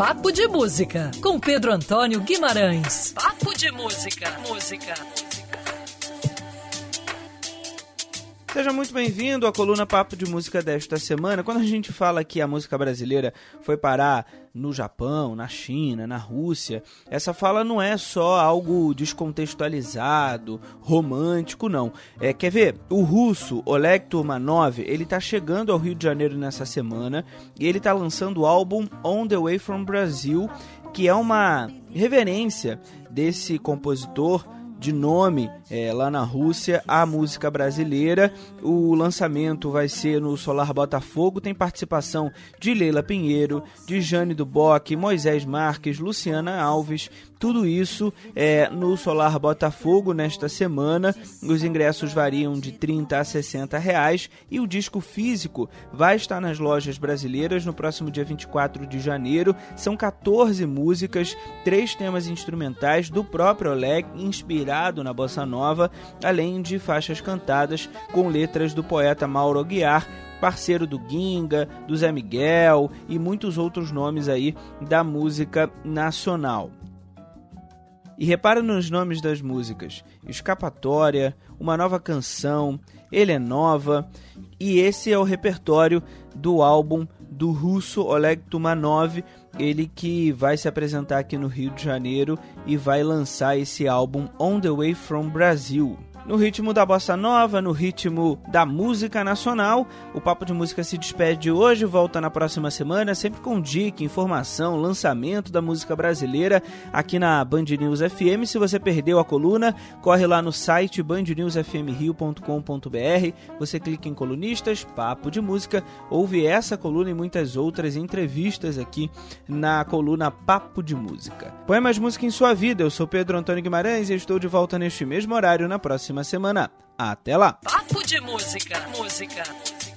Papo de Música, com Pedro Antônio Guimarães. Papo de Música. Seja muito bem-vindo à coluna Papo de Música desta semana. Quando a gente fala que a música brasileira foi parar no Japão, na China, na Rússia, essa fala não é só algo descontextualizado, romântico, não. Quer ver? O russo Oleg Turmanov, ele tá chegando ao Rio de Janeiro nessa semana e ele tá lançando o álbum On the Way from Brazil, que é uma reverência desse compositor de nome lá na Rússia, a música brasileira. O lançamento vai ser no Solar Botafogo, tem participação de Leila Pinheiro, de Jane do Bock, Moisés Marques, Luciana Alves, tudo isso no Solar Botafogo nesta semana. Os ingressos variam de R$30 a R$60 e o disco físico vai estar nas lojas brasileiras no próximo dia 24 de janeiro. São 14 músicas, 3 temas instrumentais do próprio Oleg, inspirado na bossa nova, além de faixas cantadas com letras do poeta Mauro Aguiar, parceiro do Ginga, do Zé Miguel e muitos outros nomes aí da música nacional. E repara nos nomes das músicas: Escapatória, Uma Nova Canção, Ele é Nova, e esse é o repertório do álbum do russo Oleg Turmanov, ele que vai se apresentar aqui no Rio de Janeiro e vai lançar esse álbum On the Way from Brazil. No ritmo da bossa nova, no ritmo da música nacional, o Papo de Música se despede de hoje, volta na próxima semana, sempre com dica, informação, lançamento da música brasileira aqui na Band News FM. Se você perdeu a coluna, corre lá no site bandnewsfmrio.com.br, você clica em colunistas, Papo de Música, ouve essa coluna e muitas outras entrevistas aqui na coluna Papo de Música. Põe mais música em sua vida, eu sou Pedro Antônio Guimarães e estou de volta neste mesmo horário na próxima semana. Até lá! Papo de Música.